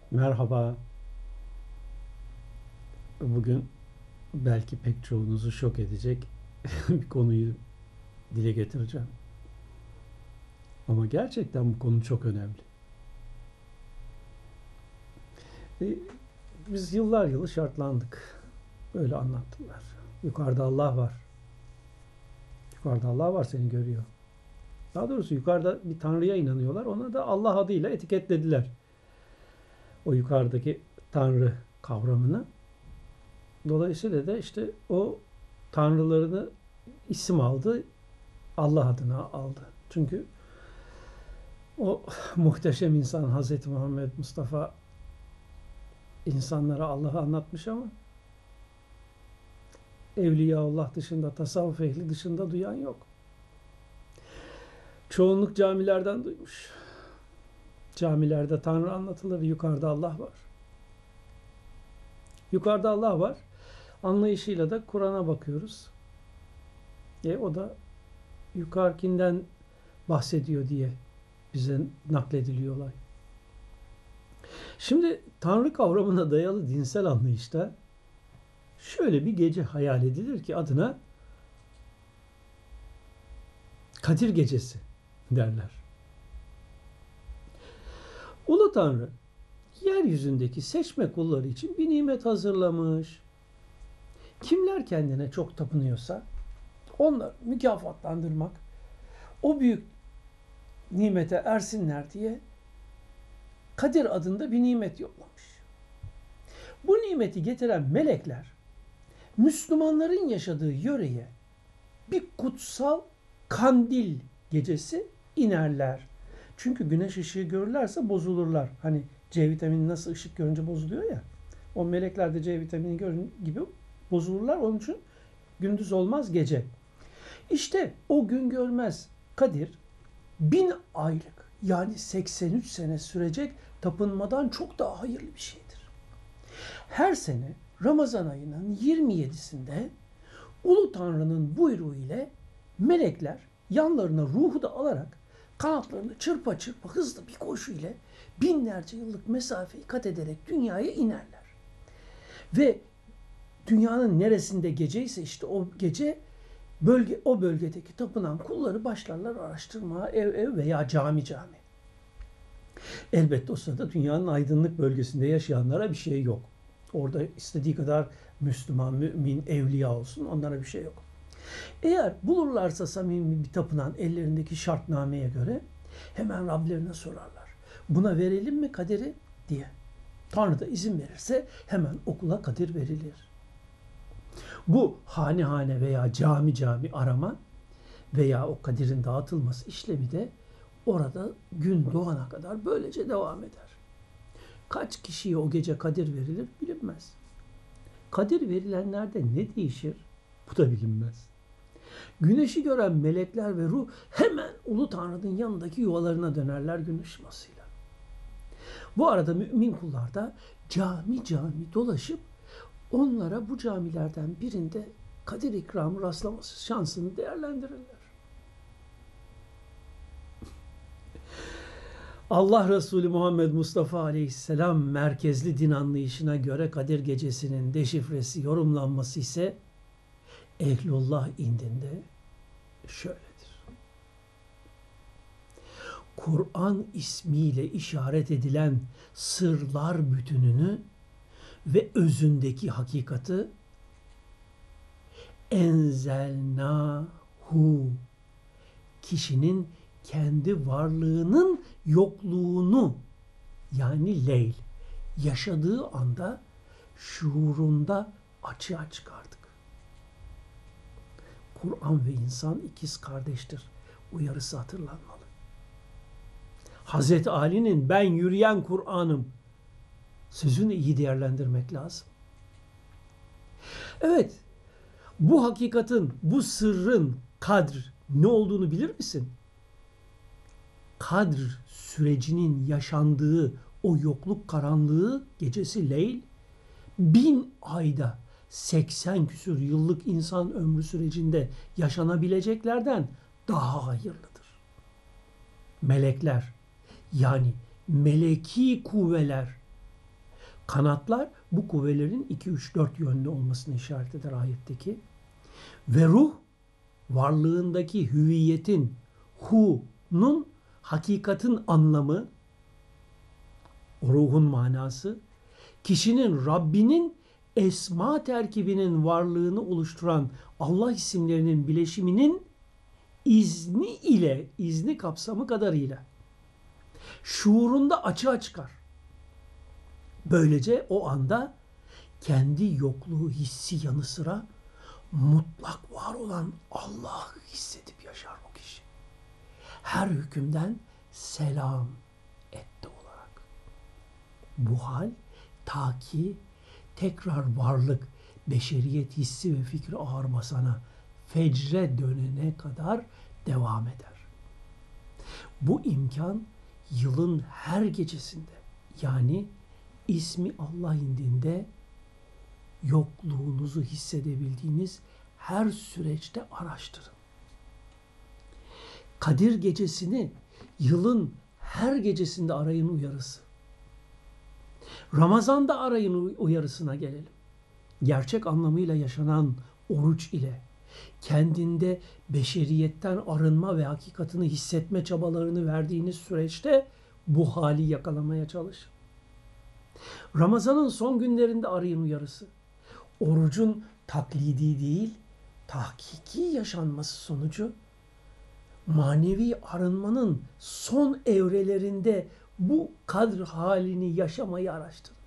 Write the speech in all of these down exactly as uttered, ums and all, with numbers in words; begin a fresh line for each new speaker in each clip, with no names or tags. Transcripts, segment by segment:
Merhaba. Bugün belki pek çoğunuzu şok edecek bir konuyu dile getireceğim. Ama gerçekten bu konu çok önemli. E, Biz yıllar yılı şartlandık. Böyle anlattılar. Yukarıda Allah var. Yukarıda Allah var, seni görüyor. Daha doğrusu yukarıda bir tanrıya inanıyorlar. Ona da Allah adıyla etiketlediler. O yukarıdaki tanrı kavramını. Dolayısıyla da işte o tanrılarını isim aldı. Allah adına aldı. Çünkü o muhteşem insan Hazreti Muhammed Mustafa insanlara Allah'ı anlatmış ama Evliyaullah dışında, tasavvuf ehli dışında duyan yok. Çoğunluk camilerden duymuş. Camilerde Tanrı anlatılır, yukarıda Allah var. Yukarıda Allah var. Anlayışıyla da Kur'an'a bakıyoruz. E, o da yukarıkinden bahsediyor diye bize naklediliyor olay. Şimdi Tanrı kavramına dayalı dinsel anlayışta şöyle bir gece hayal edilir ki adına Kadir Gecesi derler. Ulu Tanrı yeryüzündeki seçme kulları için bir nimet hazırlamış. Kimler kendine çok tapınıyorsa onları mükafatlandırmak, o büyük nimete ersinler diye Kadir adında bir nimet yollamış. Bu nimeti getiren melekler Müslümanların yaşadığı yöreye bir kutsal kandil gecesi inerler. Çünkü güneş ışığı görürlerse bozulurlar. Hani C vitamini nasıl ışık görünce bozuluyor ya. O melekler de C vitamini görün gibi bozulurlar. Onun için gündüz olmaz, gece. İşte o gün görmez Kadir bin aylık, yani seksen üç sene sürecek tapınmadan çok daha hayırlı bir şeydir. Her sene Ramazan ayının yirmi yedisinde Ulu Tanrı'nın buyruğu ile melekler yanlarına ruhu da alarak kanatlarını çırpa çırpa hızlı bir koşu ile binlerce yıllık mesafeyi kat ederek dünyaya inerler. Ve dünyanın neresinde geceyse işte o gece bölge o bölgedeki tapınan kulları başlarlar araştırmaya, ev ev veya cami cami. Elbette o sırada dünyanın aydınlık bölgesinde yaşayanlara bir şey yok. Orada istediği kadar Müslüman, mümin, evliya olsun, onlara bir şey yok. Eğer bulurlarsa samimi bir tapınan ellerindeki şartnameye göre hemen Rablerine sorarlar. Buna verelim mi kaderi diye. Tanrı da izin verirse hemen okula kadir verilir. Bu hane hane veya cami cami arama veya o kadirin dağıtılması işlemi de orada gün doğana kadar böylece devam eder. Kaç kişiye o gece kadir verilir bilinmez. Kadir verilenlerde ne değişir? Bu da bilinmez. Güneşi gören melekler ve ruh hemen Ulu Tanrı'nın yanındaki yuvalarına dönerler gün ışımasıyla. Bu arada mümin kullar da cami cami dolaşıp onlara bu camilerden birinde kadir ikramı rastlaması şansını değerlendirirler. Allah Resulü Muhammed Mustafa Aleyhisselam merkezli din anlayışına göre Kadir Gecesi'nin deşifresi, yorumlanması ise Ehlullah indinde şöyledir. Kur'an ismiyle işaret edilen sırlar bütününü ve özündeki hakikati enzelnahu, kişinin kendi varlığının yokluğunu, yani leyl, yaşadığı anda şuurunda açığa çıkardık. Kur'an ve insan ikiz kardeştir uyarısı hatırlanmalı. Hazreti Ali'nin ben yürüyen Kur'an'ım sözünü iyi değerlendirmek lazım. Evet, bu hakikatin, bu sırrın kadr ne olduğunu bilir misin? Kadr sürecinin yaşandığı o yokluk karanlığı gecesi leyl, bin ayda seksen küsur yıllık insan ömrü sürecinde yaşanabileceklerden daha hayırlıdır. Melekler, yani meleki kuvveler Kanatlar bu kuvvelerin iki üç dört yönlü olmasını işaret eder ayetteki. Ve ruh varlığındaki hüviyetin, hu'nun hakikatin anlamı, o ruhun manası, kişinin Rabbinin esma terkibinin varlığını oluşturan Allah isimlerinin bileşiminin izni ile, izni kapsamı kadarıyla şuurunda açığa çıkar. Böylece o anda kendi yokluğu hissi yanı sıra mutlak var olan Allah'ı hissedip yaşar o kişi. Her hükümden selam etti olarak. Bu hal ta ki tekrar varlık, beşeriyet hissi ve fikri ağır basana, fecre dönene kadar devam eder. Bu imkan yılın her gecesinde, yani ismi Allah indinde yokluğunuzu hissedebildiğiniz her süreçte araştırın. Kadir gecesini yılın her gecesinde arayın uyarısı. Ramazan'da arayın uyarısına gelelim. Gerçek anlamıyla yaşanan oruç ile kendinde beşeriyetten arınma ve hakikatini hissetme çabalarını verdiğiniz süreçte bu hali yakalamaya çalışın. Ramazan'ın son günlerinde arayın uyarısı. Orucun taklidi değil, tahkiki yaşanması sonucu manevi arınmanın son evrelerinde bu kadr halini yaşamayı araştırın.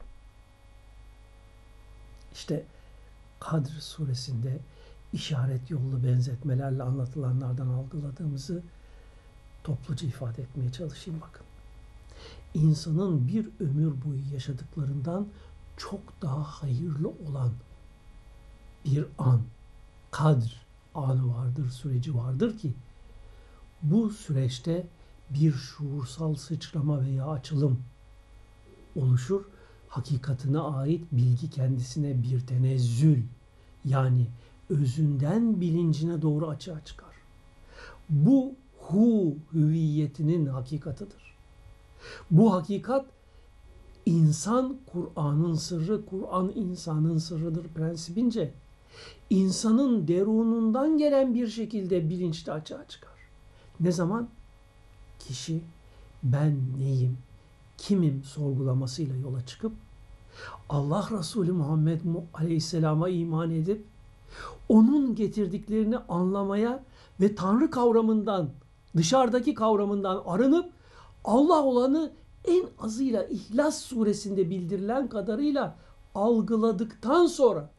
İşte Kadr suresinde işaret yollu benzetmelerle anlatılanlardan algıladığımızı topluca ifade etmeye çalışayım bakın. İnsanın bir ömür boyu yaşadıklarından çok daha hayırlı olan bir an, kadr anı vardır, süreci vardır ki bu süreçte bir şuursal sıçrama veya açılım oluşur. Hakikatine ait bilgi kendisine bir tenezzül, yani özünden bilincine doğru açığa çıkar. Bu hu hüviyetinin hakikatıdır. Bu hakikat insan Kur'an'ın sırrı, Kur'an insanın sırrıdır prensibince insanın derunundan gelen bir şekilde bilinçte açığa çıkar. Ne zaman? Kişi ben neyim, kimim sorgulamasıyla yola çıkıp Allah Resulü Muhammed Aleyhisselam'a iman edip onun getirdiklerini anlamaya ve Tanrı kavramından, dışarıdaki kavramından arınıp Allah olanı en azıyla İhlas suresinde bildirilen kadarıyla algıladıktan sonra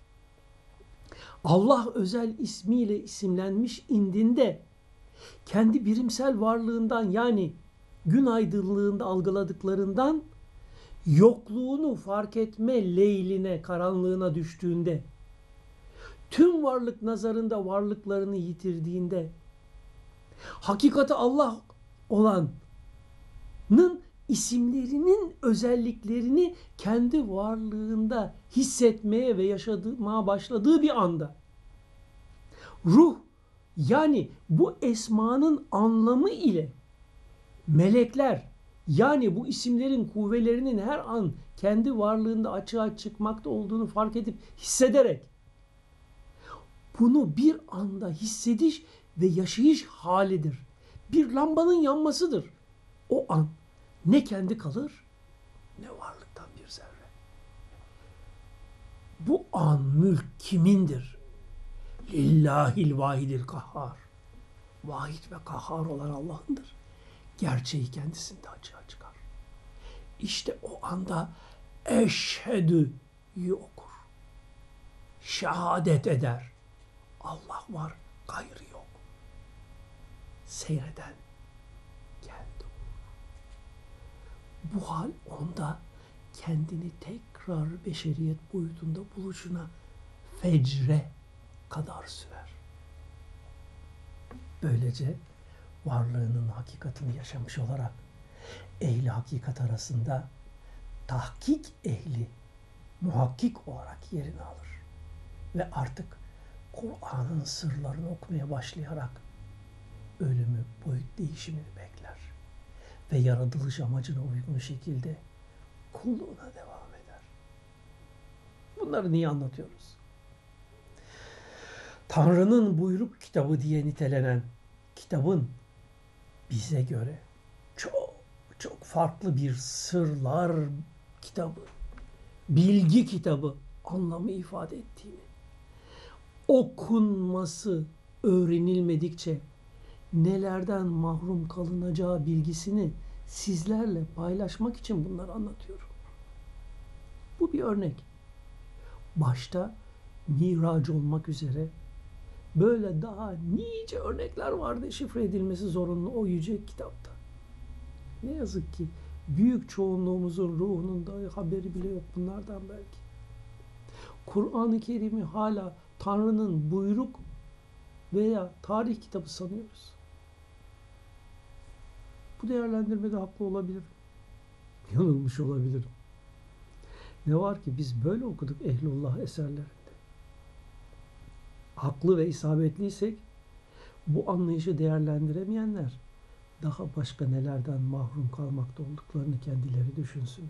Allah özel ismiyle isimlenmiş indinde kendi birimsel varlığından, yani gün aydınlığında algıladıklarından yokluğunu fark etme leyline, karanlığına düştüğünde, tüm varlık nazarında varlıklarını yitirdiğinde, hakikati Allah olanın isimlerinin özelliklerini kendi varlığında hissetmeye ve yaşamaya başladığı bir anda ruh, yani bu esmanın anlamı ile melekler, yani bu isimlerin kuvvelerinin her an kendi varlığında açığa çıkmakta olduğunu fark edip hissederek bunu bir anda hissediş ve yaşayış halidir. Bir lambanın yanmasıdır. O an ne kendi kalır ne varlıktan bir zerre. Bu an mülk kimindir? Lillahil vahidil kahhar. Vahid ve kahhar olan Allah'ındır. Gerçeği kendisinde açığa çıkar. İşte o anda eşhedü'yü okur. Şehadet eder. Allah var, gayrı yok. Seyreden kendi olur. Bu hal onda kendini tekrar beşeriyet boyutunda buluşuna fecre kadar sürer. Böylece varlığının hakikatini yaşamış olarak ehli hakikat arasında tahkik ehli muhakkik olarak yerini alır. Ve artık Kur'an'ın sırlarını okumaya başlayarak ölümü, boyut değişimini bekler. Ve yaratılış amacına uygun şekilde kulluğuna devam eder. bunları niye anlatıyoruz? Tanrı'nın buyruk kitabı diye nitelenen kitabın bize göre çok çok farklı bir sırlar kitabı, bilgi kitabı anlamı ifade ettiğini, okunması öğrenilmedikçe nelerden mahrum kalınacağı bilgisini sizlerle paylaşmak için bunları anlatıyorum. Bu bir örnek. Başta Miraç olmak üzere böyle daha nice örnekler vardı şifre edilmesi zorunlu o yüce kitapta. Ne yazık ki büyük çoğunluğumuzun ruhunun da haberi bile yok bunlardan belki. Kur'an-ı Kerim'i hala Tanrı'nın buyruk veya tarih kitabı sanıyoruz. Bu değerlendirmede haklı olabilirim. Yanılmış olabilirim. Ne var ki biz böyle okuduk Ehlullah eserlerinde. Haklı ve isabetliysek bu anlayışı değerlendiremeyenler daha başka nelerden mahrum kalmakta olduklarını kendileri düşünsünler.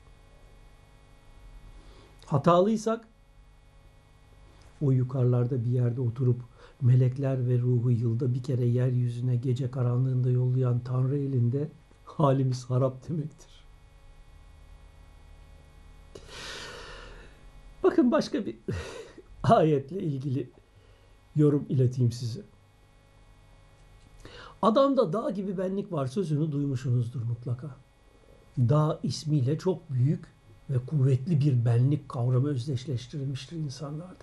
Hatalıysak o yukarılarda bir yerde oturup melekler ve ruhu yılda bir kere yeryüzüne gece karanlığında yollayan Tanrı elinde halimiz harap demektir. Bakın başka bir ayetle ilgili yorum ileteyim size. Adamda dağ gibi benlik var sözünü duymuşsunuzdur mutlaka. Dağ ismiyle çok büyük ve kuvvetli bir benlik kavramı özdeşleştirilmiştir insanlarda.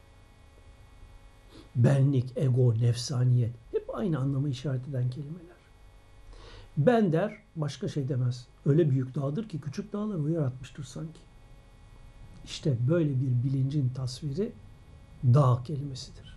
Benlik, ego, nefsaniyet hep aynı anlamı işaret eden kelimeler. Ben der başka şey demez. Öyle büyük dağdır ki küçük dağları o yaratmıştır sanki. İşte böyle bir bilincin tasviri dağ kelimesidir.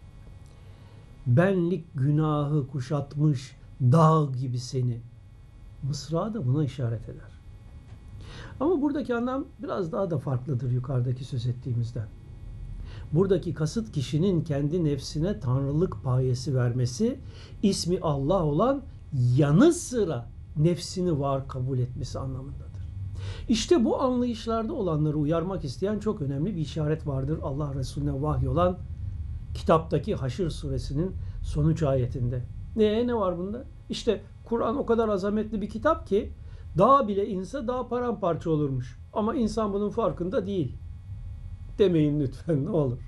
Benlik günahı kuşatmış dağ gibi seni. Mısra da buna işaret eder. Ama buradaki anlam biraz daha da farklıdır yukarıdaki söz ettiğimizden. Buradaki kasıt kişinin kendi nefsine tanrılık payesi vermesi, ismi Allah olan yanı sıra nefsini var kabul etmesi anlamındadır. İşte bu anlayışlarda olanları uyarmak isteyen çok önemli bir işaret vardır Allah Resulüne vahyolan kitaptaki Haşr suresinin son üç ayetinde. Ne, ne var bunda? İşte Kur'an o kadar azametli bir kitap ki dağ bile inse dağ paramparça olurmuş. Ama insan bunun farkında değil. Demeyin lütfen ne olur.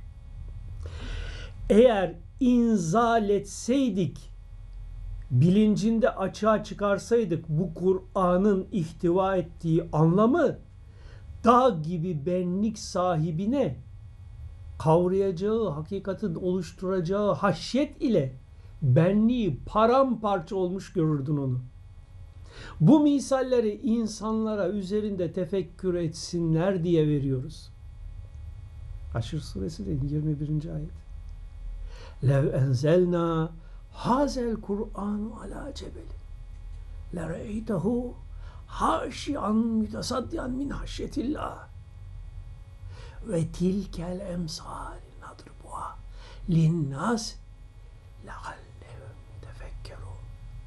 Eğer inzal etseydik, bilincinde açığa çıkarsaydık bu Kur'an'ın ihtiva ettiği anlamı dağ gibi benlik sahibine kavrayacağı, hakikatin oluşturacağı haşyet ile benliği paramparça olmuş görürdün onu. Bu misalleri insanlara üzerinde tefekkür etsinler diye veriyoruz. Haşr suresi de yirmi birinci ayet. Lev enzelna hazel Kur'an ala cebelin lere'eytehu haşi'an mütesaddian min haşyetillah ve tilkel emsal nadribuha linnas leallehum tefekkerun.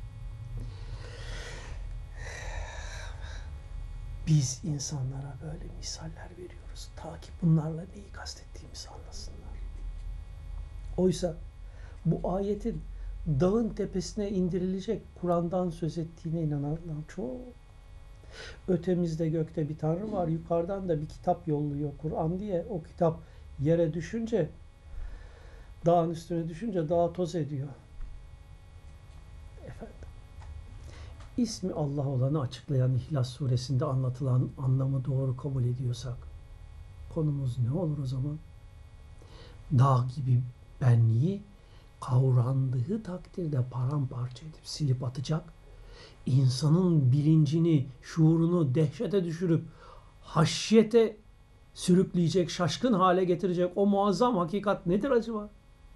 Biz insanlara böyle misaller veriyoruz ta ki bunlarla neyi kastettiğimizi anlasınlar. Oysa bu ayetin dağın tepesine indirilecek Kur'an'dan söz ettiğine inananlar çok. Ötemizde gökte bir Tanrı var, yukarıdan da bir kitap yolluyor Kur'an diye. O kitap yere düşünce, dağın üstüne düşünce dağ toz ediyor. Efendim, ismi Allah olanı açıklayan İhlas suresinde anlatılan anlamı doğru kabul ediyorsak, konumuz ne olur o zaman? Dağ gibi benliği kavrandığı takdirde paramparça edip silip atacak, insanın bilincini, şuurunu dehşete düşürüp haşyete sürükleyecek, şaşkın hale getirecek o muazzam hakikat nedir acaba?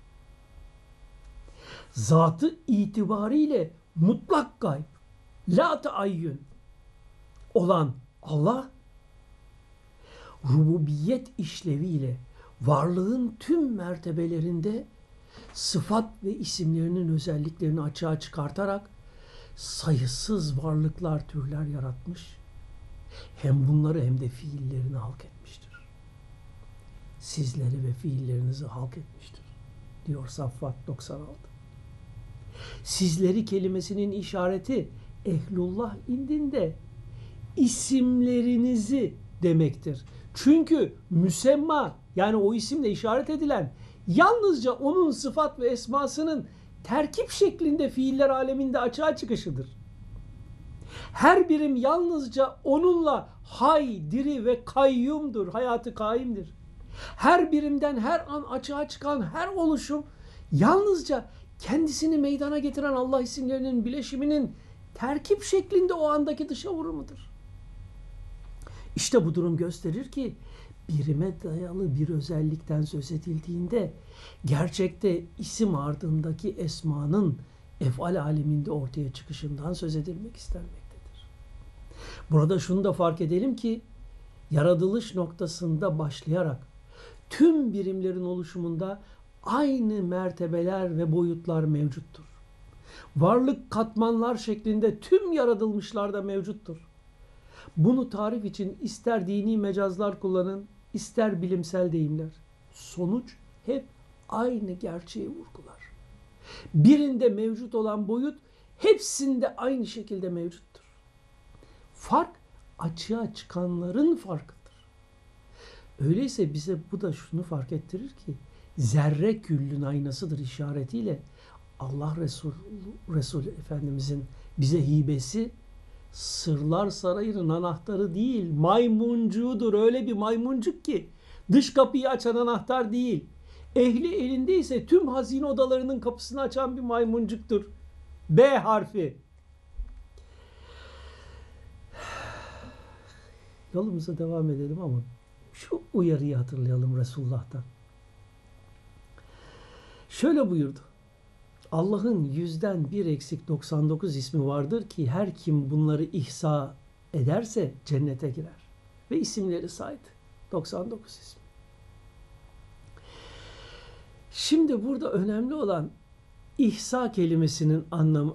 Zatı itibariyle mutlak gayb, la taayyün olan Allah, rububiyet işleviyle varlığın tüm mertebelerinde sıfat ve isimlerinin özelliklerini açığa çıkartarak sayısız varlıklar, türler yaratmış. Hem bunları hem de fiillerini halk etmiştir. sizleri ve fiillerinizi halk etmiştir, diyor Saffat doksan altı. Sizleri kelimesinin işareti ehlullah indinde isimlerinizi demektir. Çünkü müsemma, yani o isimle işaret edilen yalnızca onun sıfat ve esmasının terkip şeklinde fiiller aleminde açığa çıkışıdır. Her birim yalnızca onunla hay, diri ve kayyumdur, hayatı kaimdir. Her birimden her an açığa çıkan her oluşum yalnızca kendisini meydana getiren Allah isimlerinin bileşiminin terkip şeklinde o andaki dışa vurumudur. İşte bu durum gösterir ki birime dayalı bir özellikten söz edildiğinde gerçekte isim ardındaki esmanın efal aleminde ortaya çıkışından söz edilmek istenmektedir. Burada şunu da fark edelim ki yaratılış noktasında başlayarak tüm birimlerin oluşumunda aynı mertebeler ve boyutlar mevcuttur. Varlık katmanlar şeklinde tüm yaratılmışlarda mevcuttur. Bunu tarif için ister dini mecazlar kullanın, ister bilimsel deyimler. Sonuç hep aynı gerçeği vurgular. Birinde mevcut olan boyut hepsinde aynı şekilde mevcuttur. Fark açığa çıkanların farkıdır. Öyleyse bize bu da şunu fark ettirir ki zerre küllün aynasıdır işaretiyle Allah Resulü, Resulü Efendimizin bize hibesi sırlar sarayının anahtarı değil, maymuncuğudur. Öyle bir maymuncuk ki dış kapıyı açan anahtar değil. Ehli elindeyse tüm hazine odalarının kapısını açan bir maymuncuktur. B harfi. Yolumuza devam edelim ama şu uyarıyı hatırlayalım Resulullah'tan. Şöyle buyurdu. Allah'ın yüzden bir eksik doksan dokuz ismi vardır ki her kim bunları ihsa ederse cennete girer. Ve isimleri saydı. doksan dokuz isim. Şimdi burada önemli olan ihsa kelimesinin anlamı.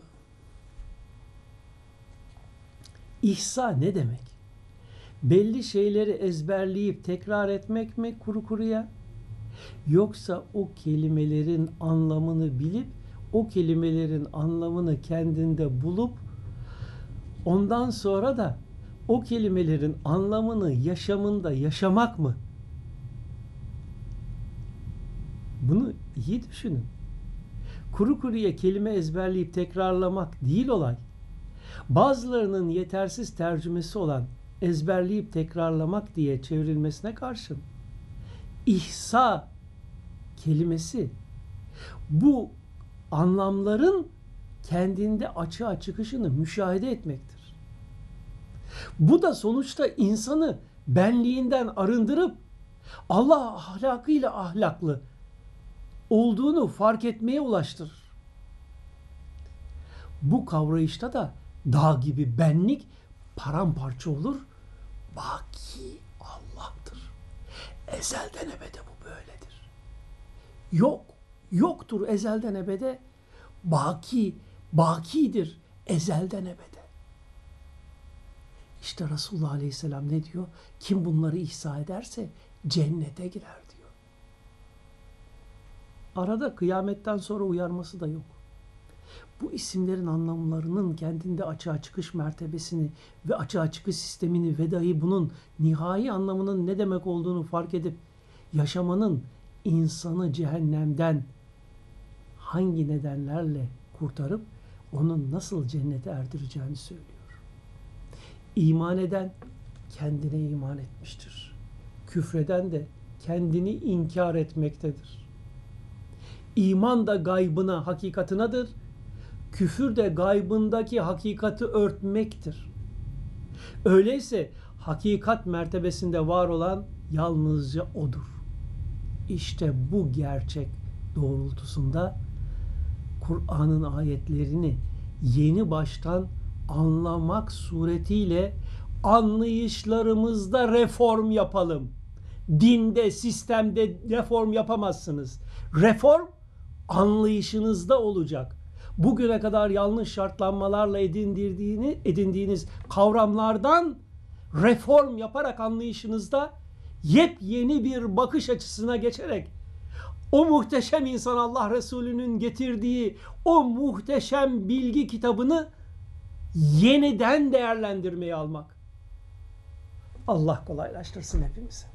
İhsa ne demek? Belli şeyleri ezberleyip tekrar etmek mi kuru kuruya? Yoksa o kelimelerin anlamını bilip o kelimelerin anlamını kendinde bulup ondan sonra da o kelimelerin anlamını yaşamında yaşamak mı? Bunu iyi düşünün. Kuru kuruya kelime ezberleyip tekrarlamak değil olay. Bazılarının yetersiz tercümesi olan ezberleyip tekrarlamak diye çevrilmesine karşın ihsa kelimesi bu anlamların kendinde açığa çıkışını müşahede etmektir. Bu da sonuçta insanı benliğinden arındırıp Allah ahlakıyla ahlaklı olduğunu fark etmeye ulaştırır. Bu kavrayışta da dağ gibi benlik paramparça olur. Baki Allah'tır. Ezelden ebede bu böyledir. Yok, yoktur ezelden ebede. Baki, bakidir ezelden ebede. İşte Resulullah Aleyhisselam ne diyor? Kim bunları ihsa ederse cennete girer diyor. Arada kıyametten sonra uyarması da yok. Bu isimlerin anlamlarının kendinde açığa çıkış mertebesini ve açığa çıkış sistemini ve dahi bunun nihai anlamının ne demek olduğunu fark edip yaşamanın insanı cehennemden hangi nedenlerle kurtarıp onun nasıl cennete erdireceğini söylüyor. İman eden kendine iman etmiştir. Küfreden de kendini inkar etmektedir. İman da gaybına, hakikatınadır. Küfür de gaybındaki hakikati örtmektir. Öyleyse hakikat mertebesinde var olan yalnızca odur. İşte bu gerçek doğrultusunda Kur'an'ın ayetlerini yeni baştan anlamak suretiyle anlayışlarımızda reform yapalım. Dinde, sistemde reform yapamazsınız. Reform anlayışınızda olacak. Bugüne kadar yanlış şartlanmalarla edindirdiğini, edindiğiniz kavramlardan reform yaparak anlayışınızda yepyeni bir bakış açısına geçerek o muhteşem insan Allah Resulü'nün getirdiği o muhteşem bilgi kitabını yeniden değerlendirmeye almak. Allah kolaylaştırsın hepimize.